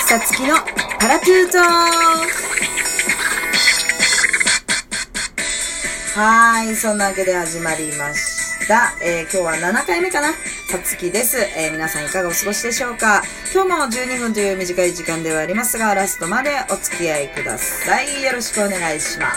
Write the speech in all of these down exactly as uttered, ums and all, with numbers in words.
さつきのパラトゥートーン。はーい、そんなわけで始まりました。えー、今日はななかいめかな。さつきです。えー、皆さんいかがお過ごしでしょうか。今日もじゅうにふんという短い時間ではありますが、ラストまでお付き合いください。よろしくお願いします。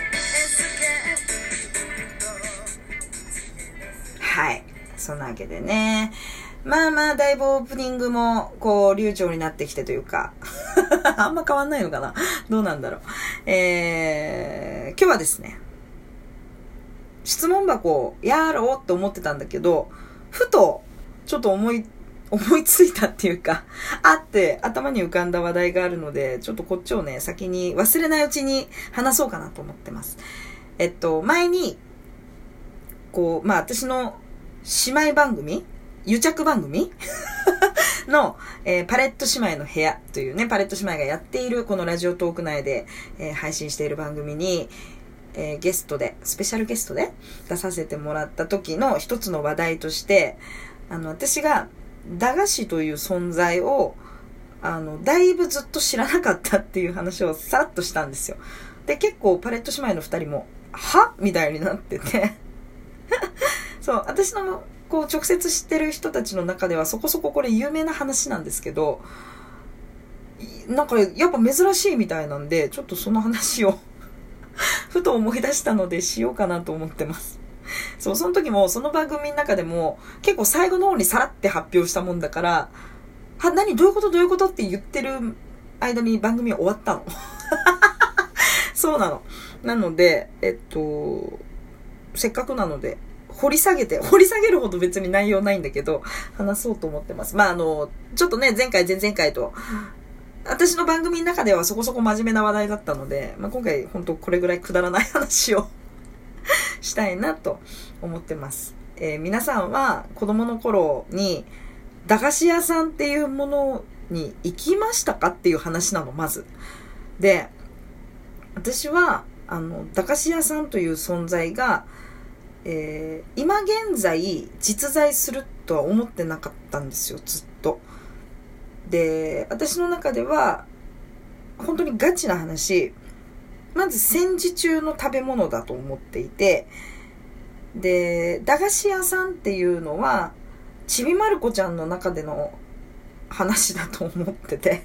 はい、そんなわけでね、まあまあだいぶオープニングもこう流暢になってきてというかあんま変わんないのかな、どうなんだろう。えー、今日はですね、質問箱をやろうって思ってたんだけど、ふとちょっと思い思いついたっていうか、あって頭に浮かんだ話題があるので、ちょっとこっちをね先に忘れないうちに話そうかなと思ってます。えっと前にこうまあ私の姉妹番組、癒着番組の、えー、パレット姉妹の部屋というね、パレット姉妹がやっているこのラジオトーク内で、えー、配信している番組に、えー、ゲストでスペシャルゲストで出させてもらった時の一つの話題として、あの私が駄菓子という存在をあのだいぶずっと知らなかったっていう話をさらっとしたんですよ。で結構パレット姉妹の二人もはみたいになっててそう私のこう直接知ってる人たちの中ではそこそここれ有名な話なんですけど、なんかやっぱ珍しいみたいなんで、ちょっとその話をふと思い出したのでしようかなと思ってます。そう、その時もその番組の中でも結構最後の方にさらって発表したもんだから、は、何どういうことどういうことって言ってる間に番組終わったのそうなの。なのでえっとせっかくなので掘り下げて、掘り下げるほど別に内容ないんだけど話そうと思ってます。まああのちょっとね、前回前々回と私の番組の中ではそこそこ真面目な話題だったので、まあ、今回本当これぐらいくだらない話をしたいなと思ってます。えー、皆さんは子供の頃に駄菓子屋さんっていうものに行きましたかっていう話なの、まず。で、私はあの駄菓子屋さんという存在がえー、今現在実在するとは思ってなかったんですよ、ずっと。で、私の中では本当にガチな話、まず戦時中の食べ物だと思っていて、で、駄菓子屋さんっていうのはちびまる子ちゃんの中での話だと思ってて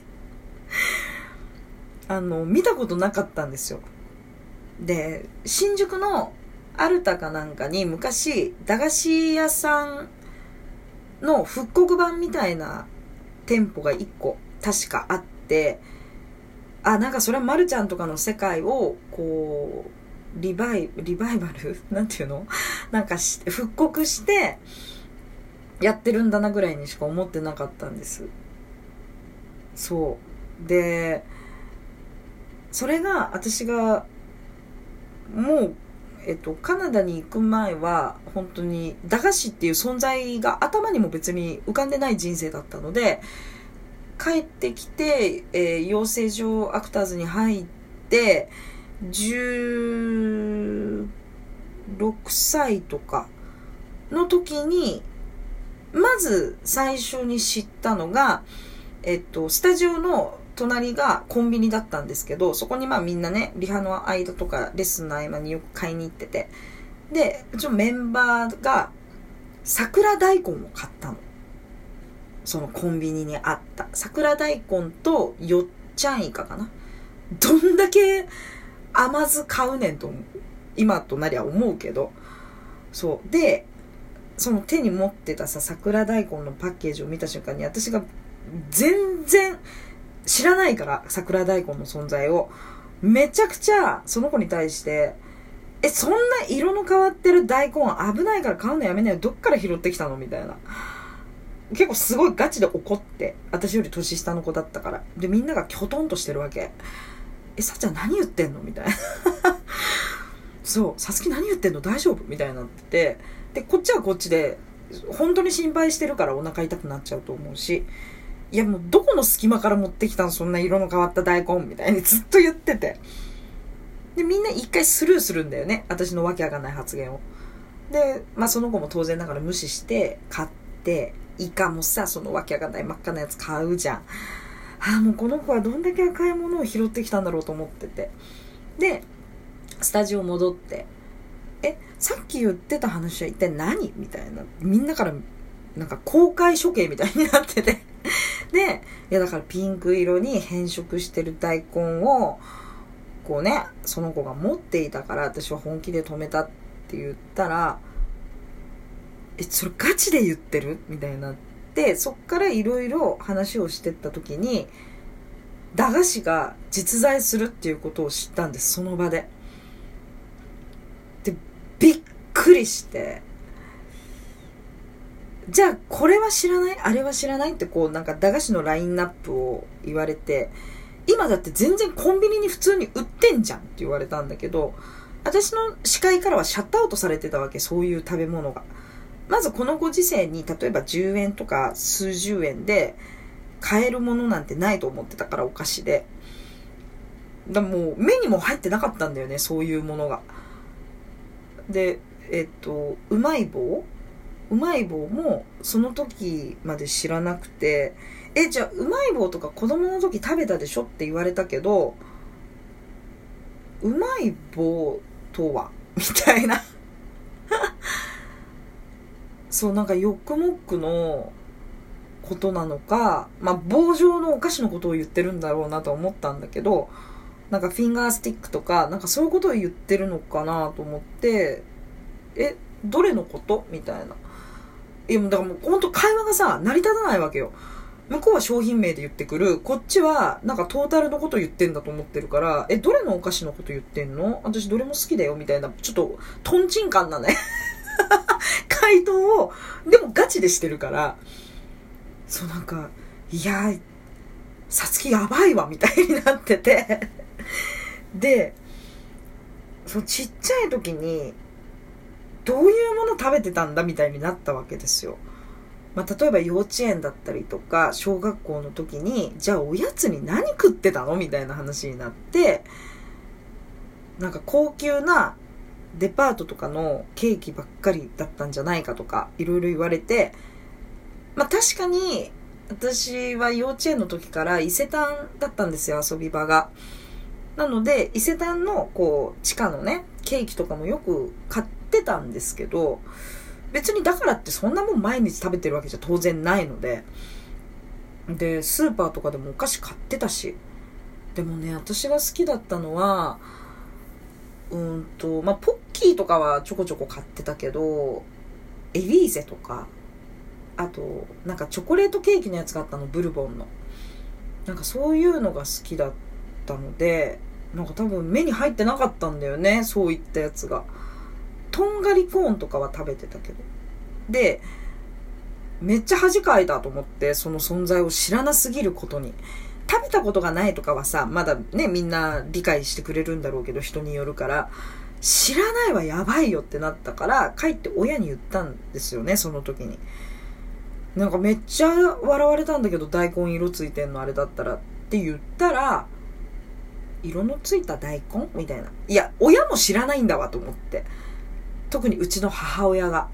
あの見たことなかったんですよ。で、新宿のアルタかなんかに昔駄菓子屋さんの復刻版みたいな店舗がいっこ確かあって、あ、なんかそれはまるちゃんとかの世界をこうリバイリバイバルなんていうの、なんかし復刻してやってるんだなぐらいにしか思ってなかったんです。そうで、それが私がもうえっと、カナダに行く前は本当に駄菓子っていう存在が頭にも別に浮かんでない人生だったので、帰ってきて、えー、養成所アクターズに入ってじゅうろくさいとかの時にまず最初に知ったのが、えっと、スタジオの隣がコンビニだったんですけど、そこにまあみんなね、リハの間とかレッスンの合間によく買いに行ってて、でうちのメンバーが桜大根を買ったの。そのコンビニにあった桜大根とよっちゃんイカかな。どんだけ甘酢買うねんと今となりゃ思うけど、そうで、その手に持ってたさ桜大根のパッケージを見た瞬間に、私が全然知らないから桜大根の存在を、めちゃくちゃその子に対して、え、そんな色の変わってる大根危ないから買うのやめなよ、どっから拾ってきたのみたいな、結構すごいガチで怒って、私より年下の子だったから。でみんながきょとんとしてるわけ。え、さっちゃん何言ってんのみたいなそう、さつき何言ってんの大丈夫みたいになってて、でこっちはこっちで本当に心配してるからお腹痛くなっちゃうと思うし、いやもうどこの隙間から持ってきたのそんな色の変わった大根みたいにずっと言ってて、でみんな一回スルーするんだよね、私のわけわかんない発言を。でまあその子も当然ながら無視して買って、イカもさそのわけわかんない真っ赤なやつ買うじゃん。 ああもうこの子はどんだけ赤いものを拾ってきたんだろうと思ってて、でスタジオ戻って、えさっき言ってた話は一体何みたいな、みんなからなんか公開処刑みたいになっててで、いやだからピンク色に変色してる大根をこうね、その子が持っていたから私は本気で止めたって言ったら、えそれガチで言ってるみたいになって、そっからいろいろ話をしてった時に駄菓子が実在するっていうことを知ったんです、その場で。でびっくりして、じゃあこれは知らないあれは知らないってこうなんか駄菓子のラインナップを言われて、今だって全然コンビニに普通に売ってんじゃんって言われたんだけど、私の視界からはシャットアウトされてたわけ、そういう食べ物が。まずこのご時世に例えばじゅうえんとか数十円で買えるものなんてないと思ってたから、お菓子で。だからもう目にも入ってなかったんだよね、そういうものが。で、えっと、うまい棒うまい棒もその時まで知らなくて、え、じゃあうまい棒とか子供の時食べたでしょって言われたけど、うまい棒とはみたいなそうなんかヨックモックのことなのか、まあ棒状のお菓子のことを言ってるんだろうなと思ったんだけど、なんかフィンガースティックとかなんかそういうことを言ってるのかなと思って、えどれのことみたいな。いやだからもう本当会話がさ成り立たないわけよ。向こうは商品名で言ってくる、こっちはなんかトータルのことを言ってんだと思ってるから、えどれのお菓子のこと言ってんの、私どれも好きだよみたいな、ちょっとトンチンカンなね回答をでもガチでしてるから、そうなんかいやさつきやばいわみたいになっててでそうちっちゃい時にどういうもの食べてたんだみたいになったわけですよ。まあ、例えば幼稚園だったりとか小学校の時に、じゃあおやつに何食ってたのみたいな話になって、なんか高級なデパートとかのケーキばっかりだったんじゃないかとかいろいろ言われて、まあ確かに私は幼稚園の時から伊勢丹だったんですよ、遊び場が。なので伊勢丹のこう地下のねケーキとかもよく買ってたんですけど、別にだからってそんなもん毎日食べてるわけじゃ当然ないので、でスーパーとかでもお菓子買ってたし、でもね私が好きだったのはうーんとまあポッキーとかはちょこちょこ買ってたけど、エリーゼとか、あとなんかチョコレートケーキのやつがあったの、ブルボンの、なんかそういうのが好きだったので、なんか多分目に入ってなかったんだよね、そういったやつが。とんがりコーンとかは食べてたけど、でめっちゃ恥かいたと思って、その存在を知らなすぎることに。食べたことがないとかはさまだねみんな理解してくれるんだろうけど、人によるから、知らないはやばいよってなったから帰って親に言ったんですよね、その時に。なんかめっちゃ笑われたんだけど、大根色ついてんのあれだったらって言ったら、色のついた大根みたいな。いや親も知らないんだわと思って、特にうちの母親が。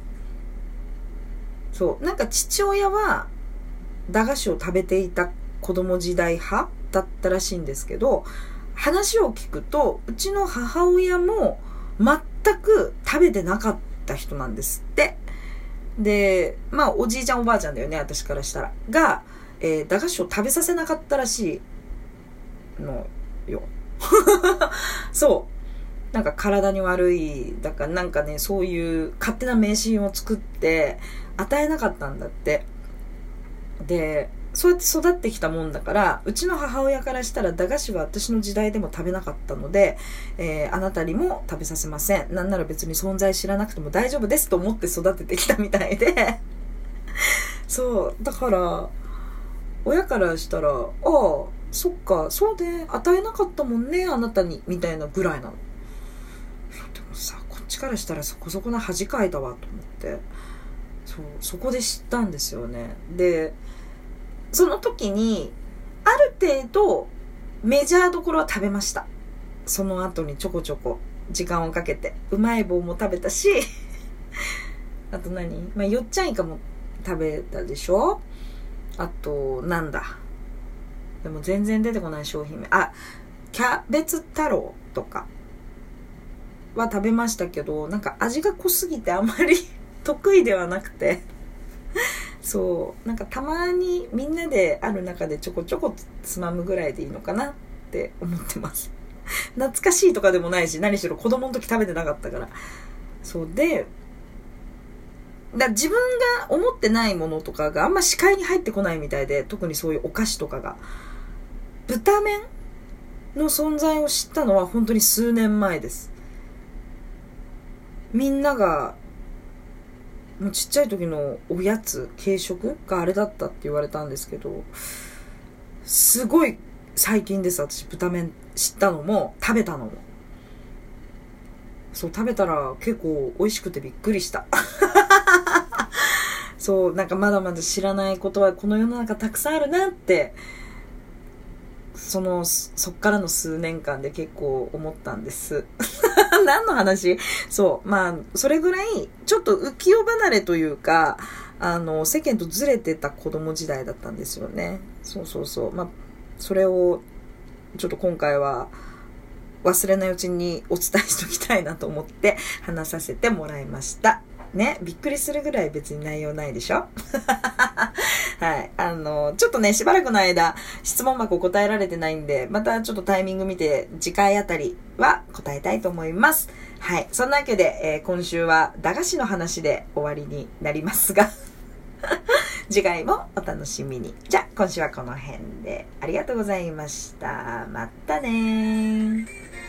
そうなんか父親は駄菓子を食べていた子供時代派だったらしいんですけど、話を聞くとうちの母親も全く食べてなかった人なんですって。でまあおじいちゃんおばあちゃんだよね、私からしたらが、えー、駄菓子を食べさせなかったらしいのよそうなんか体に悪いだからなんかね、そういう勝手な迷信を作って与えなかったんだって。でそうやって育ってきたもんだから、うちの母親からしたら駄菓子は私の時代でも食べなかったので、えー、あなたにも食べさせません、なんなら別に存在知らなくても大丈夫ですと思って育ててきたみたいでそうだから親からしたら、ああそっかそうで与えなかったもんねあなたにみたいなぐらいなの。でもさこっちからしたらそこそこな恥かいたわと思って、そうそこで知ったんですよね。でその時にある程度メジャーどころは食べました。その後にちょこちょこ時間をかけてうまい棒も食べたしあと何、まあ、よっちゃんイカも食べたでしょ。あとなんだでも全然出てこない商品名。あ、キャベツ太郎とかは食べましたけど、なんか味が濃すぎてあまり得意ではなくてそうなんかたまにみんなである中でちょこちょこつまむぐらいでいいのかなって思ってます懐かしいとかでもないし、何しろ子供の時食べてなかったから。そうでだ自分が思ってないものとかがあんま視界に入ってこないみたいで、特にそういうお菓子とかが。豚麺の存在を知ったのは本当に数年前です。みんながもうちっちゃい時のおやつ軽食があれだったって言われたんですけど、すごい最近です。私豚麺知ったのも食べたのも。そう食べたら結構美味しくてびっくりしたそうなんかまだまだ知らないことはこの世の中たくさんあるなって、そのそっからの数年間で結構思ったんです何の話？そうまあそれぐらいちょっと浮世離れというか、あの世間とずれてた子供時代だったんですよね。そうそうそうまあそれをちょっと今回は忘れないうちにお伝えしておきたいなと思って話させてもらいましたね。びっくりするぐらい別に内容ないでしょはいあのちょっとねしばらくの間質問箱答えられてないんで、またちょっとタイミング見て次回あたりは答えたいと思います。はいそんなわけで、えー、今週は駄菓子の話で終わりになりますが次回もお楽しみに。じゃあ今週はこの辺でありがとうございました。またねー。